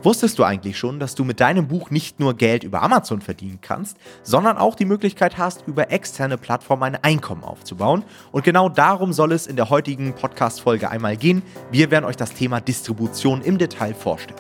Wusstest du eigentlich schon, dass du mit deinem Buch nicht nur Geld über Amazon verdienen kannst, sondern auch die Möglichkeit hast, über externe Plattformen ein Einkommen aufzubauen? Und genau darum soll es in der heutigen Podcast-Folge einmal gehen. Wir werden euch das Thema Distribution im Detail vorstellen.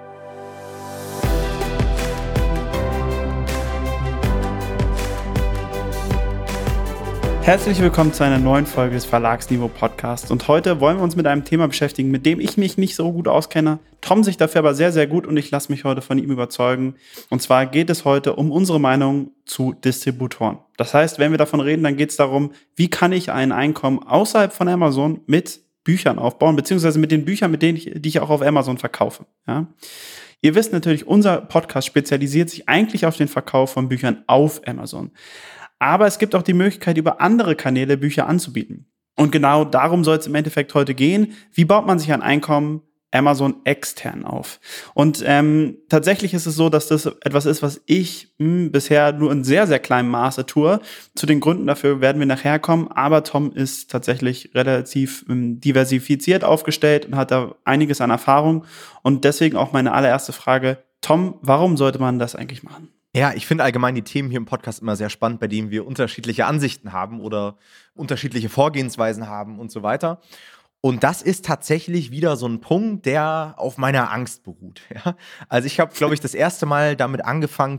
Herzlich willkommen zu einer neuen Folge des Verlagsniveau Podcasts. Und heute wollen wir uns mit einem Thema beschäftigen, mit dem ich mich nicht so gut auskenne. Tom sich dafür aber sehr, sehr gut und ich lasse mich heute von ihm überzeugen. Und zwar geht es heute um unsere Meinung zu Distributoren. Das heißt, wenn wir davon reden, dann geht es darum, wie kann ich ein Einkommen außerhalb von Amazon mit Büchern aufbauen, beziehungsweise mit den Büchern, die ich auch auf Amazon verkaufe. Ja? Ihr wisst natürlich, unser Podcast spezialisiert sich eigentlich auf den Verkauf von Büchern auf Amazon. Aber es gibt auch die Möglichkeit, über andere Kanäle Bücher anzubieten. Und genau darum soll es im Endeffekt heute gehen. Wie baut man sich ein Einkommen Amazon extern auf? Und tatsächlich ist es so, dass das etwas ist, was ich bisher nur in sehr, sehr kleinem Maße tue. Zu den Gründen dafür werden wir nachher kommen. Aber Tom ist tatsächlich relativ diversifiziert aufgestellt und hat da einiges an Erfahrung. Und deswegen auch meine allererste Frage. Tom, warum sollte man das eigentlich machen? Ja, ich finde allgemein die Themen hier im Podcast immer sehr spannend, bei denen wir unterschiedliche Ansichten haben oder unterschiedliche Vorgehensweisen haben und so weiter. Und das ist tatsächlich wieder so ein Punkt, der auf meiner Angst beruht. Ja? Also ich habe, glaube ich, das erste Mal damit angefangen,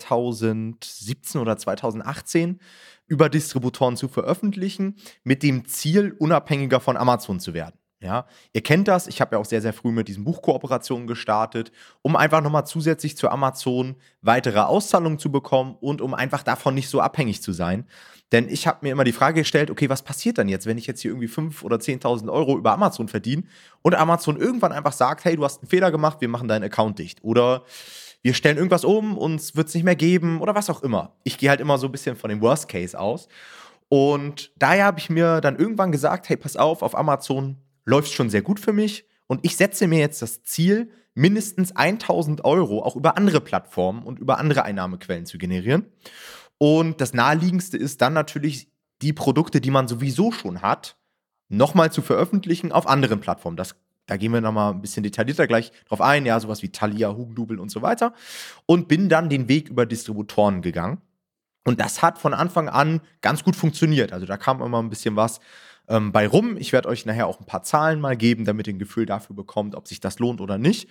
2017 oder 2018 über Distributoren zu veröffentlichen, mit dem Ziel, unabhängiger von Amazon zu werden. Ja, ihr kennt das, ich habe ja auch sehr, sehr früh mit diesen Buchkooperationen gestartet, um einfach nochmal zusätzlich zu Amazon weitere Auszahlungen zu bekommen und um einfach davon nicht so abhängig zu sein. Denn ich habe mir immer die Frage gestellt, okay, was passiert dann jetzt, wenn ich jetzt hier irgendwie 5.000 oder 10.000 Euro über Amazon verdiene und Amazon irgendwann einfach sagt, hey, du hast einen Fehler gemacht, wir machen deinen Account dicht. Oder wir stellen irgendwas um, uns wird es nicht mehr geben oder was auch immer. Ich gehe halt immer so ein bisschen von dem Worst Case aus. Und daher habe ich mir dann irgendwann gesagt, hey, pass auf Amazon läuft schon sehr gut für mich und ich setze mir jetzt das Ziel, mindestens 1.000 Euro auch über andere Plattformen und über andere Einnahmequellen zu generieren. Und das Naheliegendste ist dann natürlich, die Produkte, die man sowieso schon hat, nochmal zu veröffentlichen auf anderen Plattformen. Da gehen wir nochmal ein bisschen detaillierter gleich drauf ein, ja, sowas wie Thalia, Hugendubel und so weiter. Und bin dann den Weg über Distributoren gegangen. Und das hat von Anfang an ganz gut funktioniert. Also da kam immer ein bisschen was bei rum. Ich werde euch nachher auch ein paar Zahlen mal geben, damit ihr ein Gefühl dafür bekommt, ob sich das lohnt oder nicht.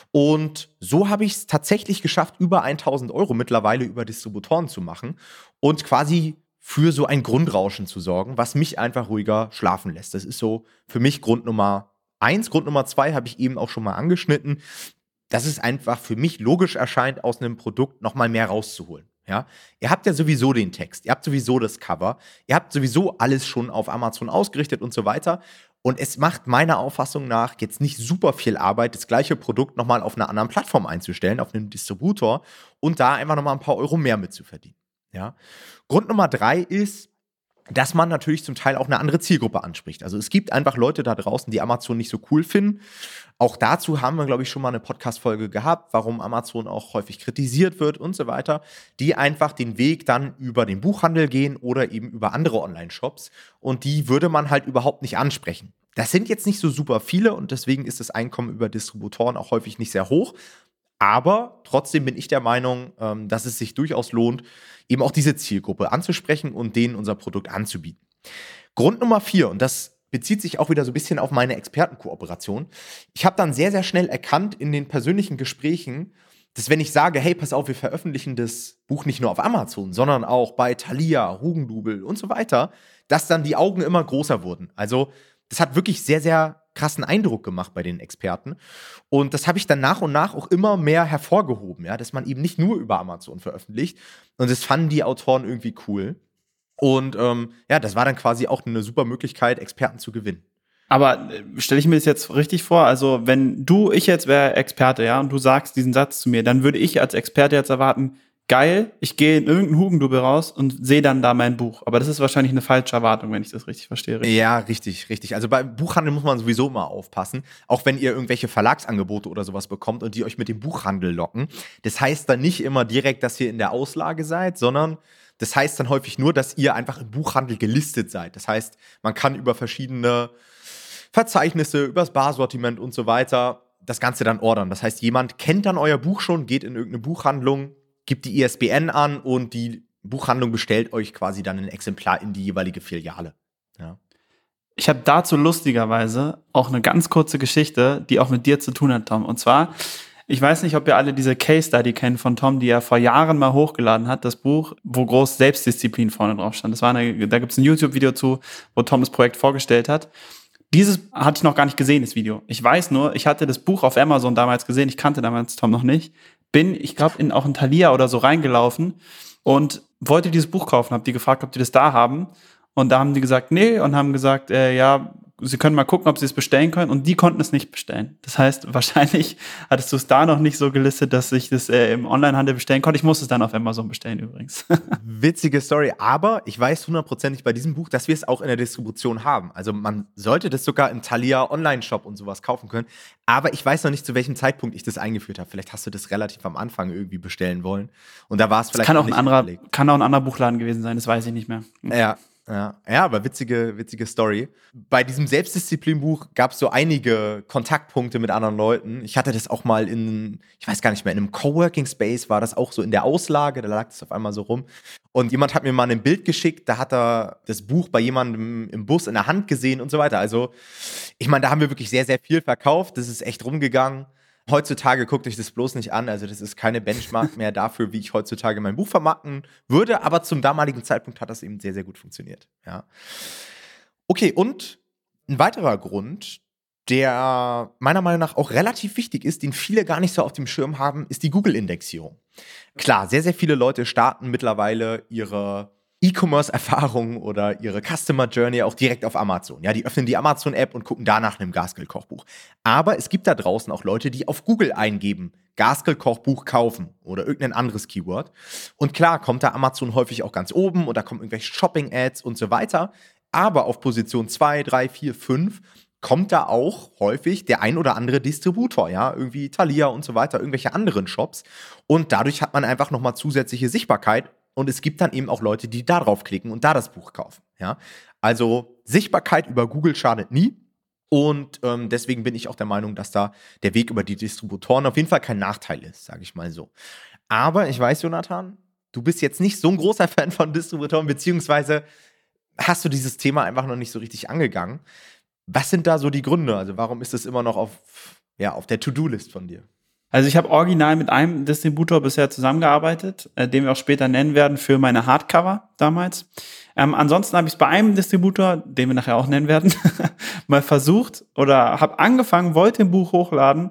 Und so habe ich es tatsächlich geschafft, über 1.000 Euro mittlerweile über Distributoren zu machen und quasi für so ein Grundrauschen zu sorgen, was mich einfach ruhiger schlafen lässt. Das ist so für mich Grund Nummer 1. Grund Nummer 2 habe ich eben auch schon mal angeschnitten, dass es einfach für mich logisch erscheint, aus einem Produkt nochmal mehr rauszuholen. Ja, ihr habt ja sowieso den Text, ihr habt sowieso das Cover, ihr habt sowieso alles schon auf Amazon ausgerichtet und so weiter. Und es macht meiner Auffassung nach jetzt nicht super viel Arbeit, das gleiche Produkt nochmal auf einer anderen Plattform einzustellen, auf einem Distributor und da einfach nochmal ein paar Euro mehr mitzuverdienen. Ja. Grund Nummer 3 ist, dass man natürlich zum Teil auch eine andere Zielgruppe anspricht. Also es gibt einfach Leute da draußen, die Amazon nicht so cool finden. Auch dazu haben wir, glaube ich, schon mal eine Podcast-Folge gehabt, warum Amazon auch häufig kritisiert wird und so weiter, die einfach den Weg dann über den Buchhandel gehen oder eben über andere Online-Shops und die würde man halt überhaupt nicht ansprechen. Das sind jetzt nicht so super viele und deswegen ist das Einkommen über Distributoren auch häufig nicht sehr hoch. Aber trotzdem bin ich der Meinung, dass es sich durchaus lohnt, eben auch diese Zielgruppe anzusprechen und denen unser Produkt anzubieten. Grund Nummer 4, und das bezieht sich auch wieder so ein bisschen auf meine Expertenkooperation. Ich habe dann sehr, sehr schnell erkannt in den persönlichen Gesprächen, dass wenn ich sage, hey, pass auf, wir veröffentlichen das Buch nicht nur auf Amazon, sondern auch bei Thalia, Hugendubel und so weiter, dass dann die Augen immer größer wurden. Also das hat wirklich sehr, sehr krassen Eindruck gemacht bei den Experten. Und das habe ich dann nach und nach auch immer mehr hervorgehoben, ja, dass man eben nicht nur über Amazon veröffentlicht. Und das fanden die Autoren irgendwie cool. Und ja, das war dann quasi auch eine super Möglichkeit, Experten zu gewinnen. Aber stelle ich mir das jetzt richtig vor, also wenn ich jetzt wäre Experte, ja, und du sagst diesen Satz zu mir, dann würde ich als Experte jetzt erwarten, geil, ich gehe in irgendeinen Hugendubel raus und sehe dann da mein Buch. Aber das ist wahrscheinlich eine falsche Erwartung, wenn ich das richtig verstehe. Richtig? Ja, richtig, richtig. Also beim Buchhandel muss man sowieso immer aufpassen, auch wenn ihr irgendwelche Verlagsangebote oder sowas bekommt und die euch mit dem Buchhandel locken. Das heißt dann nicht immer direkt, dass ihr in der Auslage seid, sondern das heißt dann häufig nur, dass ihr einfach im Buchhandel gelistet seid. Das heißt, man kann über verschiedene Verzeichnisse, über das Barsortiment und so weiter das Ganze dann ordern. Das heißt, jemand kennt dann euer Buch schon, geht in irgendeine Buchhandlung, gibt die ISBN an und die Buchhandlung bestellt euch quasi dann ein Exemplar in die jeweilige Filiale. Ja. Ich habe dazu lustigerweise auch eine ganz kurze Geschichte, die auch mit dir zu tun hat, Tom. Und zwar, ich weiß nicht, ob ihr alle diese Case Study kennt von Tom, die er vor Jahren mal hochgeladen hat, das Buch, wo groß Selbstdisziplin vorne drauf stand. Da gibt es ein YouTube-Video zu, wo Tom das Projekt vorgestellt hat. Dieses hatte ich noch gar nicht gesehen, das Video. Ich weiß nur, ich hatte das Buch auf Amazon damals gesehen, ich kannte damals Tom noch nicht. Bin, ich glaube, auch in Thalia oder so reingelaufen und wollte dieses Buch kaufen, habe die gefragt, ob die das da haben. Und da haben die gesagt, nee, und haben gesagt, ja, sie können mal gucken, ob sie es bestellen können. Und die konnten es nicht bestellen. Das heißt, wahrscheinlich hattest du es da noch nicht so gelistet, dass ich das im Onlinehandel bestellen konnte. Ich musste es dann auf Amazon bestellen übrigens. Witzige Story, aber ich weiß 100% bei diesem Buch, dass wir es auch in der Distribution haben. Also man sollte das sogar im Thalia Online-Shop und sowas kaufen können. Aber ich weiß noch nicht, zu welchem Zeitpunkt ich das eingeführt habe. Vielleicht hast du das relativ am Anfang irgendwie bestellen wollen. Und da war es vielleicht kann auch nicht ein anderer Buchladen gewesen sein, das weiß ich nicht mehr. Ja, aber witzige Story. Bei diesem Selbstdisziplinbuch gab es so einige Kontaktpunkte mit anderen Leuten. Ich hatte das auch mal ich weiß gar nicht mehr, in einem Coworking Space war das auch so in der Auslage, da lag das auf einmal so rum. Und jemand hat mir mal ein Bild geschickt, da hat er das Buch bei jemandem im Bus in der Hand gesehen und so weiter. Also, ich meine, da haben wir wirklich sehr, sehr viel verkauft. Das ist echt rumgegangen. Heutzutage guckt euch das bloß nicht an, also das ist keine Benchmark mehr dafür, wie ich heutzutage mein Buch vermarkten würde, aber zum damaligen Zeitpunkt hat das eben sehr, sehr gut funktioniert. Ja. Okay, und ein weiterer Grund, der meiner Meinung nach auch relativ wichtig ist, den viele gar nicht so auf dem Schirm haben, ist die Google-Indexierung. Klar, sehr, sehr viele Leute starten mittlerweile ihre E-Commerce-Erfahrungen oder ihre Customer Journey auch direkt auf Amazon. Ja, die öffnen die Amazon-App und gucken danach einem Gaskell-Kochbuch. Aber es gibt da draußen auch Leute, die auf Google eingeben, Gaskell-Kochbuch kaufen oder irgendein anderes Keyword. Und klar, kommt da Amazon häufig auch ganz oben und da kommen irgendwelche Shopping-Ads und so weiter. Aber auf Position 2, 3, 4, 5 kommt da auch häufig der ein oder andere Distributor, ja, irgendwie Thalia und so weiter, irgendwelche anderen Shops. Und dadurch hat man einfach nochmal zusätzliche Sichtbarkeit. Und es gibt dann eben auch Leute, die da drauf klicken und da das Buch kaufen. Ja? Also Sichtbarkeit über Google schadet nie. Und deswegen bin ich auch der Meinung, dass da der Weg über die Distributoren auf jeden Fall kein Nachteil ist, sage ich mal so. Aber ich weiß, Jonathan, du bist jetzt nicht so ein großer Fan von Distributoren, beziehungsweise hast du dieses Thema einfach noch nicht so richtig angegangen. Was sind da so die Gründe? Also warum ist das immer noch auf der To-Do-List von dir? Also ich habe original mit einem Distributor bisher zusammengearbeitet, den wir auch später nennen werden für meine Hardcover damals. Ansonsten habe ich es bei einem Distributor, den wir nachher auch nennen werden, mal versucht oder habe angefangen, wollte ein Buch hochladen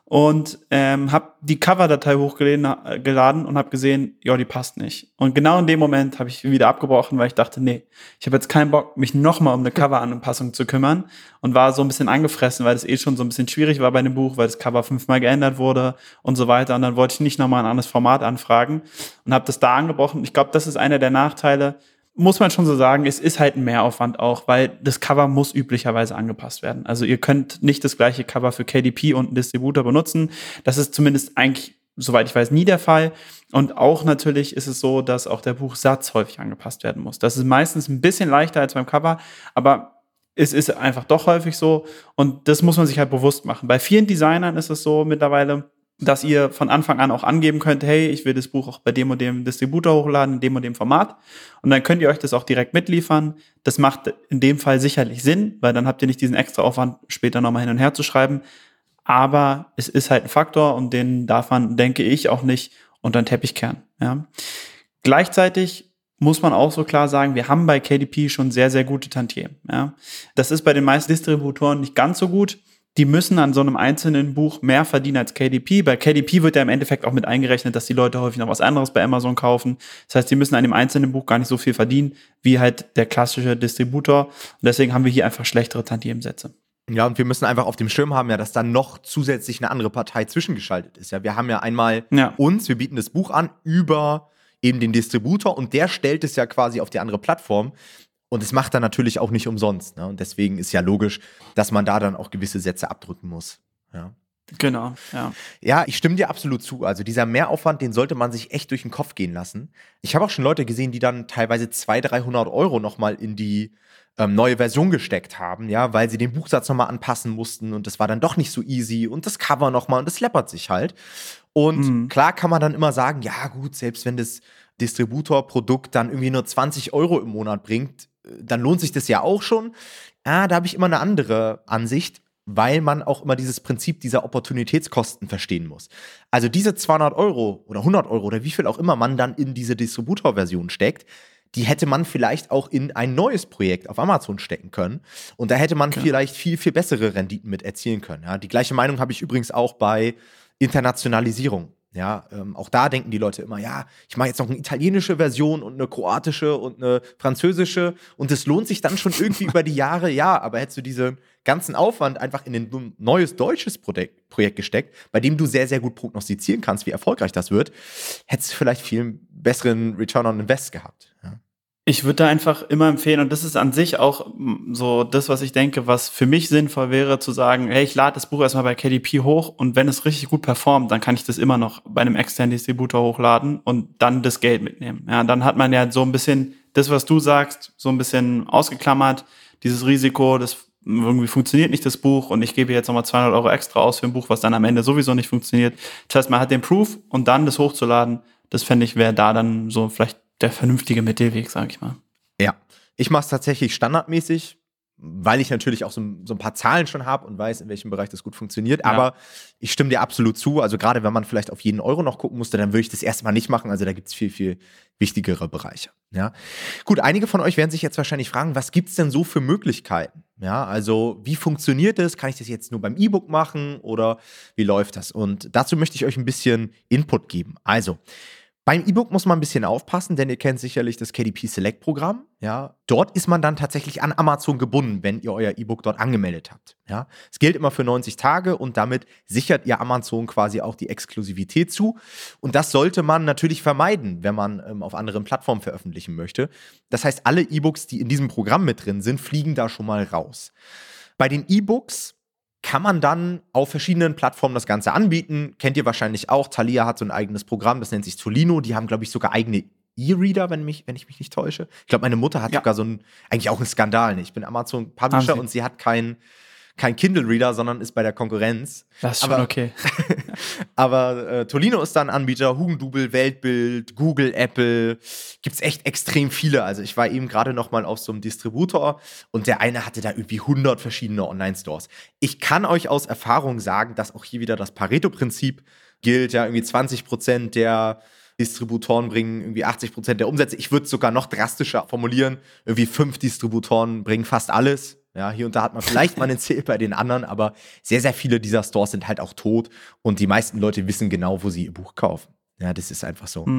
und habe die Coverdatei hochgeladen und habe gesehen, ja, die passt nicht. Und genau in dem Moment habe ich wieder abgebrochen, weil ich dachte, nee, ich habe jetzt keinen Bock, mich nochmal um eine Coveranpassung zu kümmern und war so ein bisschen angefressen, weil das schon so ein bisschen schwierig war bei dem Buch, weil das Cover 5-mal geändert wurde und so weiter. Und dann wollte ich nicht nochmal ein anderes Format anfragen und habe das da angebrochen. Ich glaube, das ist einer der Nachteile. Muss man schon so sagen, es ist halt ein Mehraufwand auch, weil das Cover muss üblicherweise angepasst werden. Also ihr könnt nicht das gleiche Cover für KDP und einen Distributor benutzen. Das ist zumindest eigentlich, soweit ich weiß, nie der Fall. Und auch natürlich ist es so, dass auch der Buchsatz häufig angepasst werden muss. Das ist meistens ein bisschen leichter als beim Cover, aber es ist einfach doch häufig so. Und das muss man sich halt bewusst machen. Bei vielen Designern ist es so mittlerweile, dass ihr von Anfang an auch angeben könnt, hey, ich will das Buch auch bei dem und dem Distributor hochladen, in dem und dem Format. Und dann könnt ihr euch das auch direkt mitliefern. Das macht in dem Fall sicherlich Sinn, weil dann habt ihr nicht diesen extra Aufwand, später nochmal hin und her zu schreiben. Aber es ist halt ein Faktor und den darf man, denke ich, auch nicht unter den Teppich kehren. Ja. Gleichzeitig muss man auch so klar sagen, wir haben bei KDP schon sehr, sehr gute Tantiemen. Ja. Das ist bei den meisten Distributoren nicht ganz so gut. Die müssen an so einem einzelnen Buch mehr verdienen als KDP. Bei KDP wird ja im Endeffekt auch mit eingerechnet, dass die Leute häufig noch was anderes bei Amazon kaufen. Das heißt, die müssen an dem einzelnen Buch gar nicht so viel verdienen, wie halt der klassische Distributor. Und deswegen haben wir hier einfach schlechtere Tantiemensätze. Ja, und wir müssen einfach auf dem Schirm haben, ja, dass dann noch zusätzlich eine andere Partei zwischengeschaltet ist. Ja, wir haben ja einmal wir bieten das Buch an über eben den Distributor und der stellt es ja quasi auf die andere Plattform. Und es macht er natürlich auch nicht umsonst. Ne? Und deswegen ist ja logisch, dass man da dann auch gewisse Sätze abdrücken muss. Ja. Genau, ja. Ja, ich stimme dir absolut zu. Also dieser Mehraufwand, den sollte man sich echt durch den Kopf gehen lassen. Ich habe auch schon Leute gesehen, die dann teilweise 200-300 € nochmal in die neue Version gesteckt haben, ja, weil sie den Buchsatz nochmal anpassen mussten und das war dann doch nicht so easy und das Cover nochmal und das läppert sich halt. Und klar kann man dann immer sagen, ja gut, selbst wenn das Distributorprodukt dann irgendwie nur 20 € im Monat bringt, dann lohnt sich das ja auch schon. Da habe ich immer eine andere Ansicht, weil man auch immer dieses Prinzip dieser Opportunitätskosten verstehen muss. Also diese 200 € oder 100 € oder wie viel auch immer man dann in diese Distributorversion steckt, die hätte man vielleicht auch in ein neues Projekt auf Amazon stecken können. Und da hätte man vielleicht viel, viel bessere Renditen mit erzielen können. Ja, die gleiche Meinung habe ich übrigens auch bei Internationalisierung. Ja, auch da denken die Leute immer, ja, ich mache jetzt noch eine italienische Version und eine kroatische und eine französische und es lohnt sich dann schon irgendwie über die Jahre, ja, aber hättest du diesen ganzen Aufwand einfach in ein neues deutsches Projekt gesteckt, bei dem du sehr, sehr gut prognostizieren kannst, wie erfolgreich das wird, hättest du vielleicht viel besseren Return on Invest gehabt. Ja. Ich würde da einfach immer empfehlen, und das ist an sich auch so das, was ich denke, was für mich sinnvoll wäre, zu sagen, hey, ich lade das Buch erstmal bei KDP hoch und wenn es richtig gut performt, dann kann ich das immer noch bei einem externen Distributor hochladen und dann das Geld mitnehmen. Ja, dann hat man ja so ein bisschen das, was du sagst, so ein bisschen ausgeklammert, dieses Risiko, das irgendwie funktioniert nicht das Buch und ich gebe jetzt nochmal 200 € extra aus für ein Buch, was dann am Ende sowieso nicht funktioniert. Das heißt, man hat den Proof und dann das hochzuladen, das fände ich, wäre da dann so vielleicht der vernünftige Mittelweg, sag ich mal. Ja, ich mache es tatsächlich standardmäßig, weil ich natürlich auch so ein paar Zahlen schon habe und weiß, in welchem Bereich das gut funktioniert. Ja. Aber ich stimme dir absolut zu. Also gerade wenn man vielleicht auf jeden Euro noch gucken musste, dann würde ich das erstmal nicht machen. Also da gibt es viel, viel wichtigere Bereiche. Ja. Gut, einige von euch werden sich jetzt wahrscheinlich fragen, was gibt es denn so für Möglichkeiten? Ja, also wie funktioniert das? Kann ich das jetzt nur beim E-Book machen oder wie läuft das? Und dazu möchte ich euch ein bisschen Input geben. Also, beim E-Book muss man ein bisschen aufpassen, denn ihr kennt sicherlich das KDP Select Programm. Ja, dort ist man dann tatsächlich an Amazon gebunden, wenn ihr euer E-Book dort angemeldet habt. Ja, es gilt immer für 90 Tage und damit sichert ihr Amazon quasi auch die Exklusivität zu. Und das sollte man natürlich vermeiden, wenn man auf anderen Plattformen veröffentlichen möchte. Das heißt, alle E-Books, die in diesem Programm mit drin sind, fliegen da schon mal raus. Bei den E-Books kann man dann auf verschiedenen Plattformen das Ganze anbieten. Kennt ihr wahrscheinlich auch. Thalia hat so ein eigenes Programm, das nennt sich Tolino. Die haben, glaube ich, sogar eigene E-Reader, wenn ich mich nicht täusche. Ich glaube, meine Mutter hat sogar eigentlich auch einen Skandal. Ne? Ich bin Amazon-Publisher und sie hat kein Kindle-Reader, sondern ist bei der Konkurrenz. Das ist schon okay. Aber Tolino ist da ein Anbieter, Hugendubel, Weltbild, Google, Apple, gibt's echt extrem viele. Also ich war eben gerade noch mal auf so einem Distributor und der eine hatte da irgendwie 100 verschiedene Online-Stores. Ich kann euch aus Erfahrung sagen, dass auch hier wieder das Pareto-Prinzip gilt. Ja, irgendwie 20% der Distributoren bringen irgendwie 80% der Umsätze. Ich würde es sogar noch drastischer formulieren. Irgendwie 5 Distributoren bringen fast alles. Ja, hier und da hat man vielleicht mal einen Sale bei den anderen, aber sehr, sehr viele dieser Stores sind halt auch tot und die meisten Leute wissen genau, wo sie ihr Buch kaufen. Ja, das ist einfach so.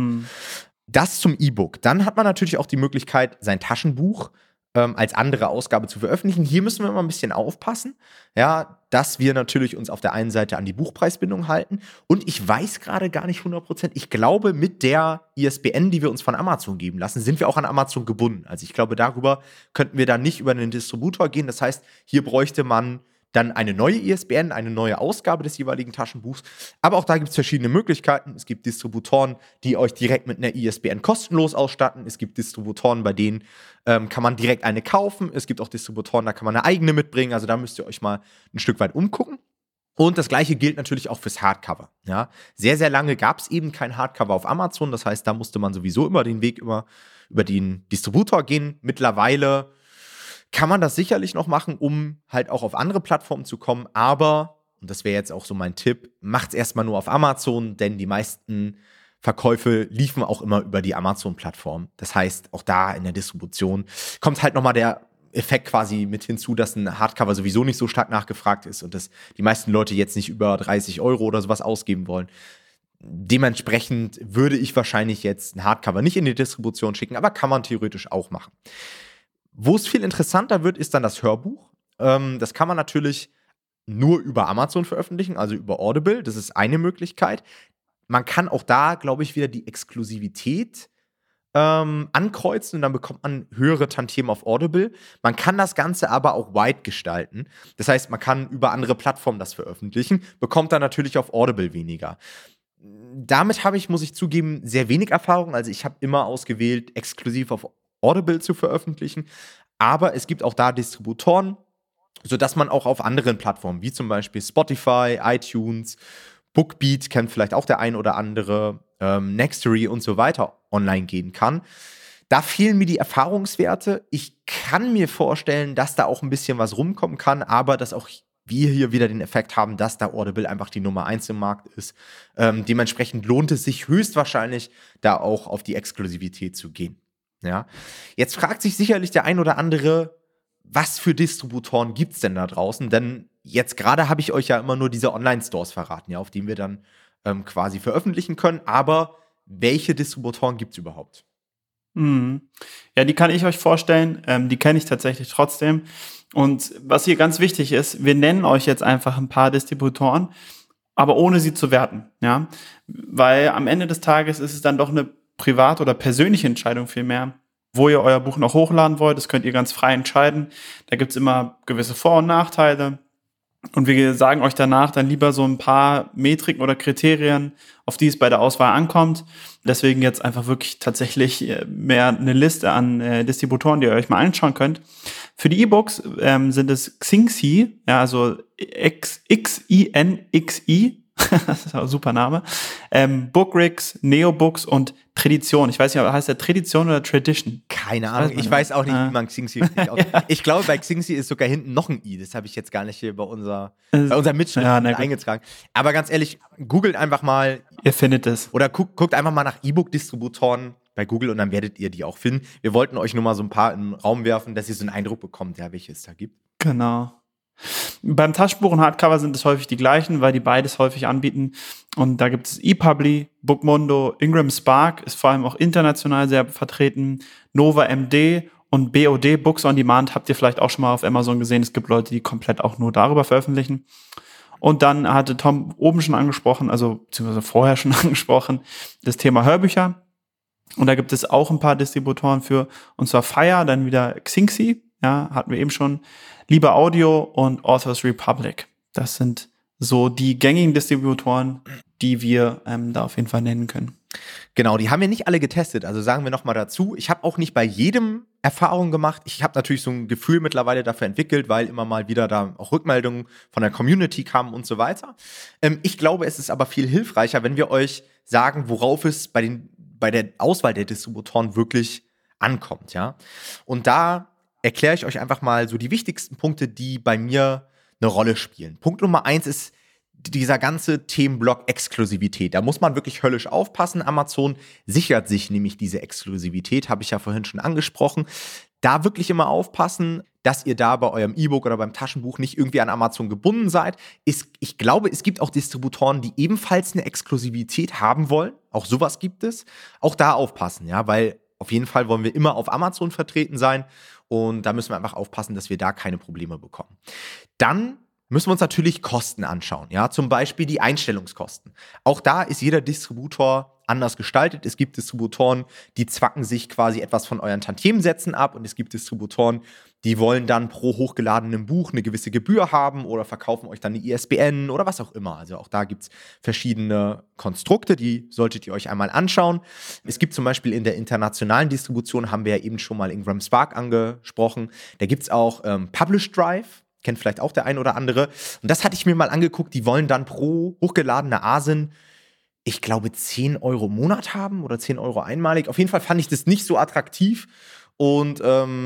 Das zum E-Book. Dann hat man natürlich auch die Möglichkeit, sein Taschenbuch als andere Ausgabe zu veröffentlichen. Hier müssen wir immer ein bisschen aufpassen, ja, dass wir natürlich uns auf der einen Seite an die Buchpreisbindung halten. Und ich weiß gerade gar nicht 100%. Ich glaube, mit der ISBN, die wir uns von Amazon geben lassen, sind wir auch an Amazon gebunden. Also ich glaube, darüber könnten wir dann nicht über einen Distributor gehen. Das heißt, hier bräuchte man dann eine neue ISBN, eine neue Ausgabe des jeweiligen Taschenbuchs. Aber auch da gibt es verschiedene Möglichkeiten. Es gibt Distributoren, die euch direkt mit einer ISBN kostenlos ausstatten. Es gibt Distributoren, bei denen kann man direkt eine kaufen. Es gibt auch Distributoren, da kann man eine eigene mitbringen. Also da müsst ihr euch mal ein Stück weit umgucken. Und das Gleiche gilt natürlich auch fürs Hardcover. Ja? Sehr, sehr lange gab es eben kein Hardcover auf Amazon. Das heißt, da musste man sowieso immer den Weg über den Distributor gehen. Mittlerweile kann man das sicherlich noch machen, um halt auch auf andere Plattformen zu kommen. Aber, und das wäre jetzt auch so mein Tipp, macht es erstmal nur auf Amazon, denn die meisten Verkäufe liefen auch immer über die Amazon-Plattform. Das heißt, auch da in der Distribution kommt halt nochmal der Effekt quasi mit hinzu, dass ein Hardcover sowieso nicht so stark nachgefragt ist und dass die meisten Leute jetzt nicht über 30 € oder sowas ausgeben wollen. Dementsprechend würde ich wahrscheinlich jetzt ein Hardcover nicht in die Distribution schicken, aber kann man theoretisch auch machen. Wo es viel interessanter wird, ist dann das Hörbuch. Das kann man natürlich nur über Amazon veröffentlichen, also über Audible. Das ist eine Möglichkeit. Man kann auch da, glaube ich, wieder die Exklusivität ankreuzen und dann bekommt man höhere Tantiemen auf Audible. Man kann das Ganze aber auch wide gestalten. Das heißt, man kann über andere Plattformen das veröffentlichen, bekommt dann natürlich auf Audible weniger. Damit habe ich, muss ich zugeben, sehr wenig Erfahrung. Also ich habe immer ausgewählt, exklusiv auf Audible zu veröffentlichen. Aber es gibt auch da Distributoren, sodass man auch auf anderen Plattformen, wie zum Beispiel Spotify, iTunes, Bookbeat, kennt vielleicht auch der ein oder andere, Nextory und so weiter, online gehen kann. Da fehlen mir die Erfahrungswerte. Ich kann mir vorstellen, dass da auch ein bisschen was rumkommen kann, aber dass auch wir hier wieder den Effekt haben, dass da Audible einfach die Nummer 1 im Markt ist. Dementsprechend lohnt es sich höchstwahrscheinlich, da auch auf die Exklusivität zu gehen. Ja. Jetzt fragt sich sicherlich der ein oder andere, was für Distributoren gibt es denn da draußen? Denn jetzt gerade habe ich euch ja immer nur diese Online-Stores verraten, ja, auf denen wir dann quasi veröffentlichen können. Aber welche Distributoren gibt es überhaupt? Mhm. Ja, die kann ich euch vorstellen. Die kenne ich tatsächlich trotzdem. Und was hier ganz wichtig ist, wir nennen euch jetzt einfach ein paar Distributoren, aber ohne sie zu werten. Ja? Weil am Ende des Tages ist es dann doch eine private oder persönliche Entscheidung vielmehr, wo ihr euer Buch noch hochladen wollt. Das könnt ihr ganz frei entscheiden. Da gibt es immer gewisse Vor- und Nachteile. Und wir sagen euch danach dann lieber so ein paar Metriken oder Kriterien, auf die es bei der Auswahl ankommt. Deswegen jetzt einfach wirklich tatsächlich mehr eine Liste an Distributoren, die ihr euch mal anschauen könnt. Für die E-Books sind es Xingxi, ja, also Xinxi, das ist ein super Name, Bookrix, Neobooks und Tradition. Ich weiß nicht, heißt der Tradition oder Tradition? Keine Ahnung. Ich weiß auch nicht, wie man Xingxi richtig ausspricht. Ja. Ich glaube, bei Xingxi ist sogar hinten noch ein I. Das habe ich jetzt gar nicht hier bei unserer Mitschrift eingetragen. Aber ganz ehrlich, googelt einfach mal. Ihr findet es. Oder guckt einfach mal nach E-Book-Distributoren bei Google und dann werdet ihr die auch finden. Wir wollten euch nur mal so ein paar in den Raum werfen, dass ihr so einen Eindruck bekommt, ja, welche es da gibt. Genau. Beim Taschenbuch und Hardcover sind es häufig die gleichen, weil die beides häufig anbieten. Und da gibt es ePubli, Bookmundo, Ingram Spark ist vor allem auch international sehr vertreten, Nova MD und BOD, Books on Demand, habt ihr vielleicht auch schon mal auf Amazon gesehen. Es gibt Leute, die komplett auch nur darüber veröffentlichen. Und dann hatte Tom oben schon angesprochen, also beziehungsweise vorher schon angesprochen, das Thema Hörbücher. Und da gibt es auch ein paar Distributoren für, und zwar Fire, dann wieder Xingxi, ja, hatten wir eben schon, Liebe Audio und Authors Republic. Das sind so die gängigen Distributoren, die wir da auf jeden Fall nennen können. Genau, die haben wir nicht alle getestet. Also sagen wir nochmal dazu, ich habe auch nicht bei jedem Erfahrung gemacht. Ich habe natürlich so ein Gefühl mittlerweile dafür entwickelt, weil immer mal wieder da auch Rückmeldungen von der Community kamen und so weiter. Ich glaube, es ist aber viel hilfreicher, wenn wir euch sagen, worauf es bei der Auswahl der Distributoren wirklich ankommt, ja. Und da erkläre ich euch einfach mal so die wichtigsten Punkte, die bei mir eine Rolle spielen. Punkt Nummer 1 ist dieser ganze Themenblock Exklusivität. Da muss man wirklich höllisch aufpassen. Amazon sichert sich nämlich diese Exklusivität, habe ich ja vorhin schon angesprochen. Da wirklich immer aufpassen, dass ihr da bei eurem E-Book oder beim Taschenbuch nicht irgendwie an Amazon gebunden seid. Ich glaube, es gibt auch Distributoren, die ebenfalls eine Exklusivität haben wollen. Auch sowas gibt es. Auch da aufpassen, ja, weil auf jeden Fall wollen wir immer auf Amazon vertreten sein. Und da müssen wir einfach aufpassen, dass wir da keine Probleme bekommen. Dann müssen wir uns natürlich Kosten anschauen, ja, zum Beispiel die Einstellungskosten. Auch da ist jeder Distributor anders gestaltet. Es gibt Distributoren, die zwacken sich quasi etwas von euren Tantiemensätzen ab und es gibt Distributoren, die wollen dann pro hochgeladenem Buch eine gewisse Gebühr haben oder verkaufen euch dann eine ISBN oder was auch immer. Also auch da gibt es verschiedene Konstrukte, die solltet ihr euch einmal anschauen. Es gibt zum Beispiel in der internationalen Distribution, haben wir ja eben schon mal Ingram Spark angesprochen, da gibt es auch Publish Drive. Kennt vielleicht auch der ein oder andere. Und das hatte ich mir mal angeguckt. Die wollen dann pro hochgeladene ASIN, ich glaube, 10 Euro im Monat haben oder 10 Euro einmalig. Auf jeden Fall fand ich das nicht so attraktiv und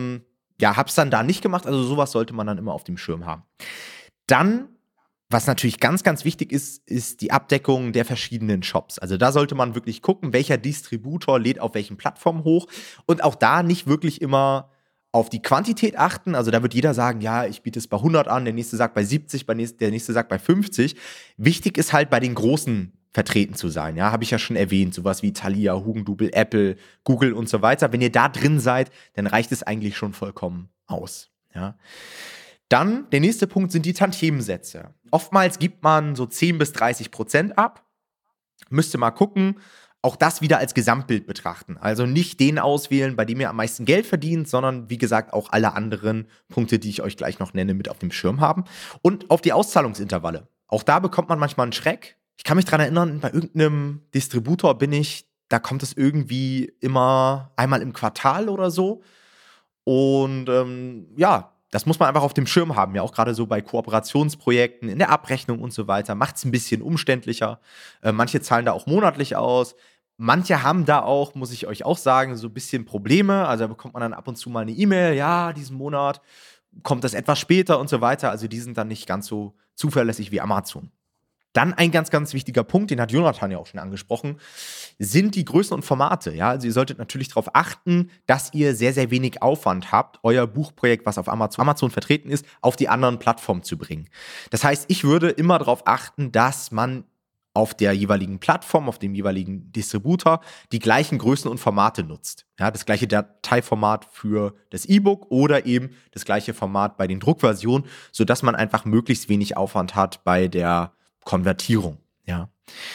hab's dann da nicht gemacht. Also sowas sollte man dann immer auf dem Schirm haben. Dann, was natürlich ganz, ganz wichtig ist, ist die Abdeckung der verschiedenen Shops. Also da sollte man wirklich gucken, welcher Distributor lädt auf welchen Plattformen hoch und auch da nicht wirklich immer auf die Quantität achten, also da wird jeder sagen, ja, ich biete es bei 100 an, der nächste sagt bei 70, der nächste sagt bei 50. Wichtig ist halt bei den Großen vertreten zu sein, ja, habe ich ja schon erwähnt, sowas wie Thalia, Hugendubel, Apple, Google und so weiter. Wenn ihr da drin seid, dann reicht es eigentlich schon vollkommen aus, ja. Dann, der nächste Punkt sind die Tantiemensätze. Oftmals gibt man so 10-30% ab. Müsst ihr mal gucken. auch das wieder als Gesamtbild betrachten. Also nicht den auswählen, bei dem ihr am meisten Geld verdient, sondern wie gesagt auch alle anderen Punkte, die ich euch gleich noch nenne, mit auf dem Schirm haben. Und auf die Auszahlungsintervalle. Auch da bekommt man manchmal einen Schreck. Ich kann mich dran erinnern, bei irgendeinem Distributor da kommt es irgendwie immer einmal im Quartal oder so. Und das muss man einfach auf dem Schirm haben. Ja, auch gerade so bei Kooperationsprojekten, in der Abrechnung und so weiter, macht es ein bisschen umständlicher. Manche zahlen da auch monatlich aus. Manche haben da auch, muss ich euch auch sagen, so ein bisschen Probleme. Also da bekommt man dann ab und zu mal eine E-Mail, ja, diesen Monat kommt das etwas später und so weiter. Also die sind dann nicht ganz so zuverlässig wie Amazon. Dann ein ganz, ganz wichtiger Punkt, den hat Jonathan ja auch schon angesprochen, sind die Größen und Formate. Ja? Also ihr solltet natürlich darauf achten, dass ihr sehr, sehr wenig Aufwand habt, euer Buchprojekt, was auf Amazon vertreten ist, auf die anderen Plattformen zu bringen. Das heißt, ich würde immer darauf achten, dass man auf der jeweiligen Plattform, auf dem jeweiligen Distributor die gleichen Größen und Formate nutzt. Ja, das gleiche Dateiformat für das E-Book oder eben das gleiche Format bei den Druckversionen, sodass man einfach möglichst wenig Aufwand hat bei der Konvertierung. Ja.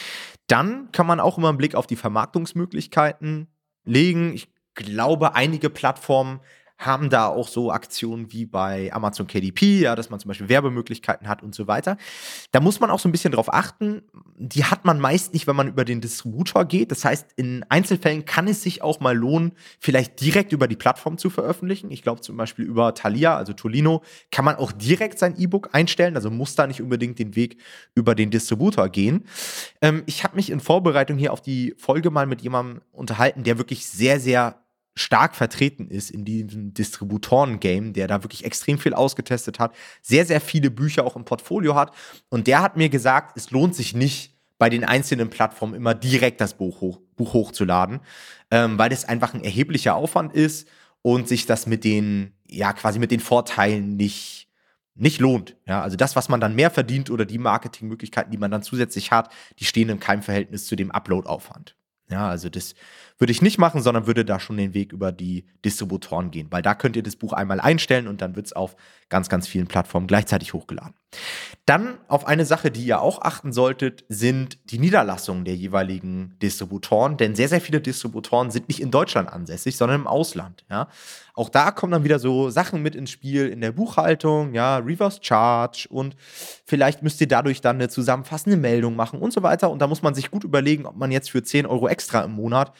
Dann kann man auch immer einen Blick auf die Vermarktungsmöglichkeiten legen. Ich glaube, einige Plattformen haben da auch so Aktionen wie bei Amazon KDP, ja, dass man zum Beispiel Werbemöglichkeiten hat und so weiter. Da muss man auch so ein bisschen drauf achten. Die hat man meist nicht, wenn man über den Distributor geht. Das heißt, in Einzelfällen kann es sich auch mal lohnen, vielleicht direkt über die Plattform zu veröffentlichen. Ich glaube zum Beispiel über Thalia, also Tolino, kann man auch direkt sein E-Book einstellen. Also muss da nicht unbedingt den Weg über den Distributor gehen. Ich habe mich in Vorbereitung hier auf die Folge mal mit jemandem unterhalten, der wirklich sehr, sehr stark vertreten ist in diesem Distributoren-Game, der da wirklich extrem viel ausgetestet hat, sehr, sehr viele Bücher auch im Portfolio hat. Und der hat mir gesagt, es lohnt sich nicht, bei den einzelnen Plattformen immer direkt das Buch hochzuladen, weil das einfach ein erheblicher Aufwand ist und sich das mit den Vorteilen nicht lohnt. Ja, also das, was man dann mehr verdient oder die Marketingmöglichkeiten, die man dann zusätzlich hat, die stehen in keinem Verhältnis zu dem Upload-Aufwand. Ja, also das würde ich nicht machen, sondern würde da schon den Weg über die Distributoren gehen, weil da könnt ihr das Buch einmal einstellen und dann wird es auf ganz, ganz vielen Plattformen gleichzeitig hochgeladen. Dann auf eine Sache, die ihr auch achten solltet, sind die Niederlassungen der jeweiligen Distributoren, denn sehr, sehr viele Distributoren sind nicht in Deutschland ansässig, sondern im Ausland. Ja. Auch da kommen dann wieder so Sachen mit ins Spiel in der Buchhaltung, ja, Reverse Charge und vielleicht müsst ihr dadurch dann eine zusammenfassende Meldung machen und so weiter. Und da muss man sich gut überlegen, ob man jetzt für 10 Euro extra im Monat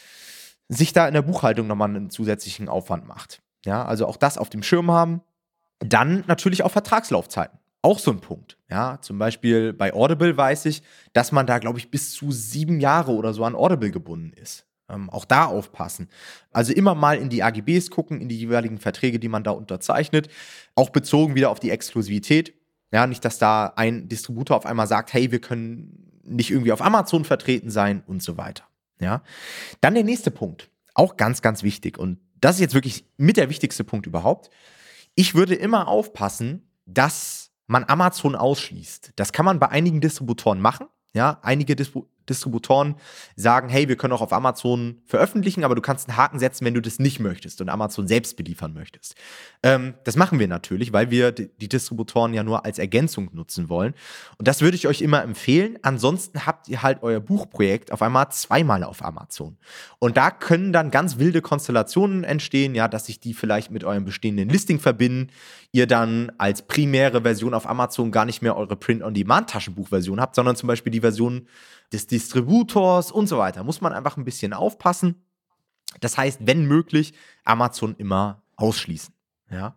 sich da in der Buchhaltung nochmal einen zusätzlichen Aufwand macht. Ja, also auch das auf dem Schirm haben. Dann natürlich auch Vertragslaufzeiten. Auch so ein Punkt. Ja, zum Beispiel bei Audible weiß ich, dass man da, glaube ich, bis zu 7 Jahre oder so an Audible gebunden ist. Auch da aufpassen. Also immer mal in die AGBs gucken, in die jeweiligen Verträge, die man da unterzeichnet. Auch bezogen wieder auf die Exklusivität. Ja, nicht, dass da ein Distributor auf einmal sagt, hey, wir können nicht irgendwie auf Amazon vertreten sein und so weiter. Ja. Dann der nächste Punkt. Auch ganz, ganz wichtig. Und das ist jetzt wirklich mit der wichtigste Punkt überhaupt. Ich würde immer aufpassen, dass man Amazon ausschließt. Das kann man bei einigen Distributoren machen. Ja, einige Distributoren sagen, hey, wir können auch auf Amazon veröffentlichen, aber du kannst einen Haken setzen, wenn du das nicht möchtest und Amazon selbst beliefern möchtest. Das machen wir natürlich, weil wir die Distributoren ja nur als Ergänzung nutzen wollen. Und das würde ich euch immer empfehlen. Ansonsten habt ihr halt euer Buchprojekt auf einmal zweimal auf Amazon. Und da können dann ganz wilde Konstellationen entstehen, ja, dass sich die vielleicht mit eurem bestehenden Listing verbinden. Ihr dann als primäre Version auf Amazon gar nicht mehr eure Print-on-Demand-Taschenbuchversion habt, sondern zum Beispiel die Version des Distributors und so weiter. Muss man einfach ein bisschen aufpassen. Das heißt, wenn möglich, Amazon immer ausschließen. Ja.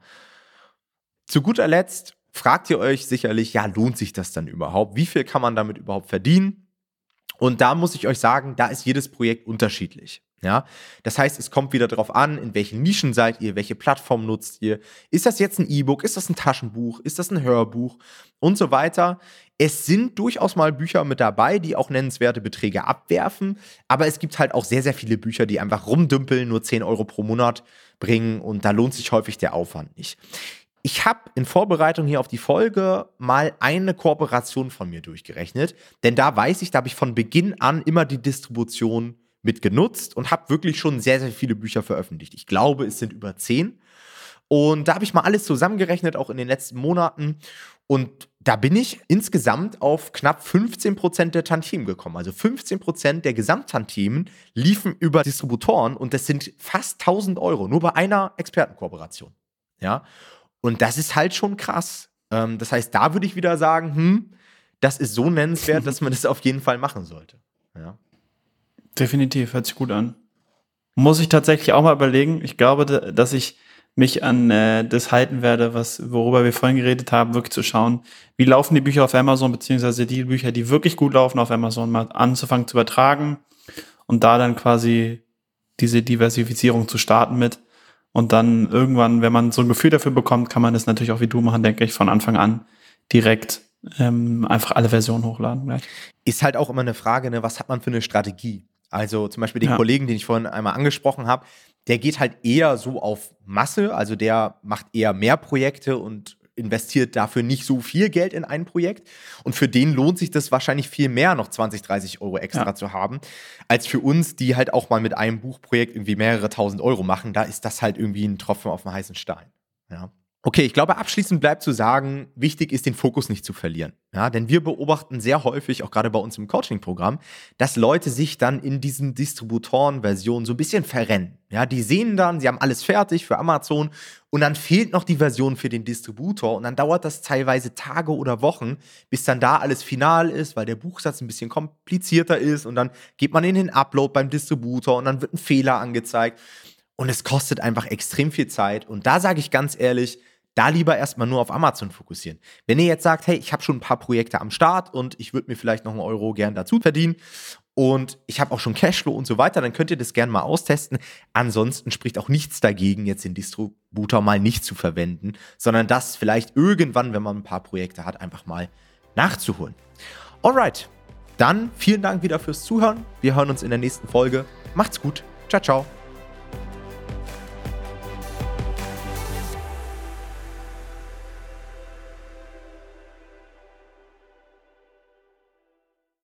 Zu guter Letzt fragt ihr euch sicherlich, ja, lohnt sich das dann überhaupt? Wie viel kann man damit überhaupt verdienen? Und da muss ich euch sagen, da ist jedes Projekt unterschiedlich. Ja, das heißt, es kommt wieder darauf an, in welchen Nischen seid ihr, welche Plattform nutzt ihr. Ist das jetzt ein E-Book, ist das ein Taschenbuch, ist das ein Hörbuch und so weiter. Es sind durchaus mal Bücher mit dabei, die auch nennenswerte Beträge abwerfen, aber es gibt halt auch sehr, sehr viele Bücher, die einfach rumdümpeln, nur 10 Euro pro Monat bringen und da lohnt sich häufig der Aufwand nicht. Ich habe in Vorbereitung hier auf die Folge mal eine Kooperation von mir durchgerechnet, denn da weiß ich, da habe ich von Beginn an immer die Distribution mit genutzt und habe wirklich schon sehr, sehr viele Bücher veröffentlicht. Ich glaube, es sind über 10. Und da habe ich mal alles zusammengerechnet, auch in den letzten Monaten. Und da bin ich insgesamt auf knapp 15% der Tantiemen gekommen. Also 15% der Gesamttantiemen liefen über Distributoren und das sind fast 1.000 Euro, nur bei einer Expertenkooperation. Ja? Und das ist halt schon krass. Das heißt, da würde ich wieder sagen, das ist so nennenswert, dass man das auf jeden Fall machen sollte. Ja. Definitiv, hört sich gut an. Muss ich tatsächlich auch mal überlegen. Ich glaube, dass ich mich an das halten werde, worüber wir vorhin geredet haben, wirklich zu schauen, wie laufen die Bücher auf Amazon, beziehungsweise die Bücher, die wirklich gut laufen auf Amazon, mal anzufangen zu übertragen und da dann quasi diese Diversifizierung zu starten mit. Und dann irgendwann, wenn man so ein Gefühl dafür bekommt, kann man das natürlich auch wie du machen, denke ich, von Anfang an direkt einfach alle Versionen hochladen gleich. Ist halt auch immer eine Frage, ne, was hat man für eine Strategie? Also zum Beispiel den Kollegen, den ich vorhin einmal angesprochen habe, der geht halt eher so auf Masse, also der macht eher mehr Projekte und investiert dafür nicht so viel Geld in ein Projekt. Und für den lohnt sich das wahrscheinlich viel mehr, noch 20, 30 Euro extra zu haben, als für uns, die halt auch mal mit einem Buchprojekt irgendwie mehrere 1.000 Euro machen. Da ist das halt irgendwie ein Tropfen auf dem heißen Stein. Ja. Okay, ich glaube, abschließend bleibt zu sagen, wichtig ist, den Fokus nicht zu verlieren. Ja, denn wir beobachten sehr häufig, auch gerade bei uns im Coaching-Programm, dass Leute sich dann in diesen Distributoren-Versionen so ein bisschen verrennen. Ja, die sehen dann, sie haben alles fertig für Amazon und dann fehlt noch die Version für den Distributor und dann dauert das teilweise Tage oder Wochen, bis dann da alles final ist, weil der Buchsatz ein bisschen komplizierter ist und dann geht man in den Upload beim Distributor und dann wird ein Fehler angezeigt und es kostet einfach extrem viel Zeit und da sage ich ganz ehrlich, da lieber erstmal nur auf Amazon fokussieren. Wenn ihr jetzt sagt, hey, ich habe schon ein paar Projekte am Start und ich würde mir vielleicht noch einen Euro gern dazu verdienen und ich habe auch schon Cashflow und so weiter, dann könnt ihr das gerne mal austesten. Ansonsten spricht auch nichts dagegen, jetzt den Distributor mal nicht zu verwenden, sondern das vielleicht irgendwann, wenn man ein paar Projekte hat, einfach mal nachzuholen. Alright, dann vielen Dank wieder fürs Zuhören. Wir hören uns in der nächsten Folge. Macht's gut. Ciao, ciao.